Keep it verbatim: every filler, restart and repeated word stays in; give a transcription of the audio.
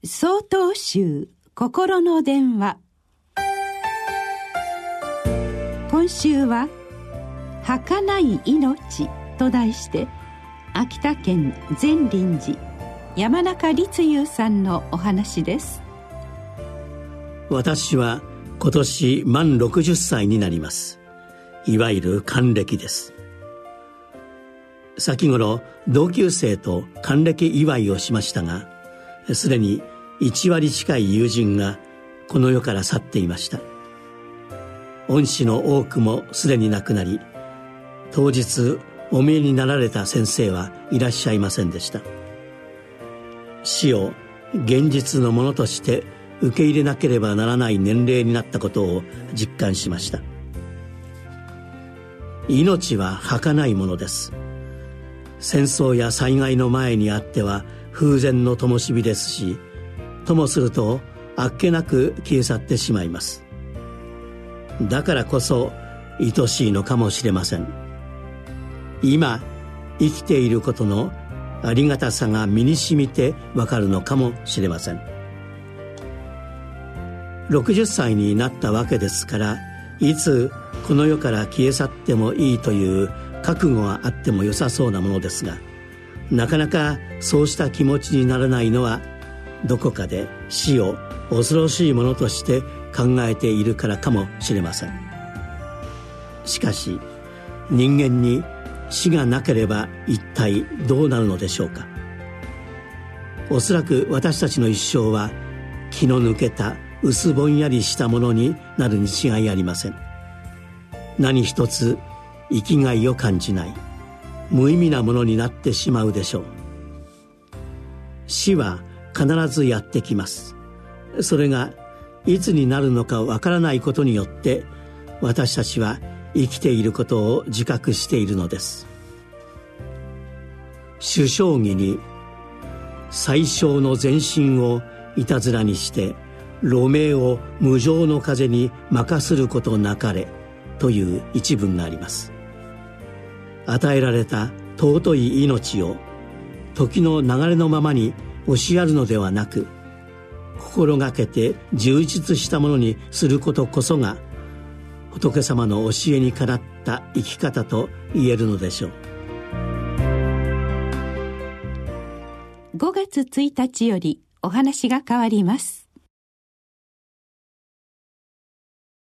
曹洞宗心の電話。今週は儚い命と題して、秋田県善林寺山中立雄さんのお話です。 私は今年満ろくじゅっさいになります。いわゆる還暦です。先頃同級生と還暦祝いをしましたが、すでにいちわり近い友人がこの世から去っていました。恩師の多くもすでに亡くなり、当日お見えになられた先生はいらっしゃいませんでした。死を現実のものとして受け入れなければならない年齢になったことを実感しました。命は儚いものです。戦争や災害の前にあっては風前の灯火ですし、ともするとあっけなく消え去ってしまいます。だからこそ愛しいのかもしれません。今生きていることのありがたさが身に染みてわかるのかもしれません。ろくじゅっさいになったわけですから、いつこの世から消え去ってもいいという覚悟はあっても良さそうなものですが、なかなかそうした気持ちにならないのは、どこかで死を恐ろしいものとして考えているからかもしれません。しかし人間に死がなければ一体どうなるのでしょうか。おそらく私たちの一生は気の抜けた薄ぼんやりしたものになるに違いありません。何一つ生きがいを感じない無意味なものになってしまうでしょう。死は必ずやってきます。それがいつになるのかわからないことによって、私たちは生きていることを自覚しているのです。首相儀に最小の全身をいたずらにして路鳴を無常の風に任することなかれという一文があります。与えられた尊い命を時の流れのままに押しやるのではなく、心がけて充実したものにすることこそが仏様の教えにかなった生き方と言えるのでしょう。 ごがつついたちよりお話が変わります。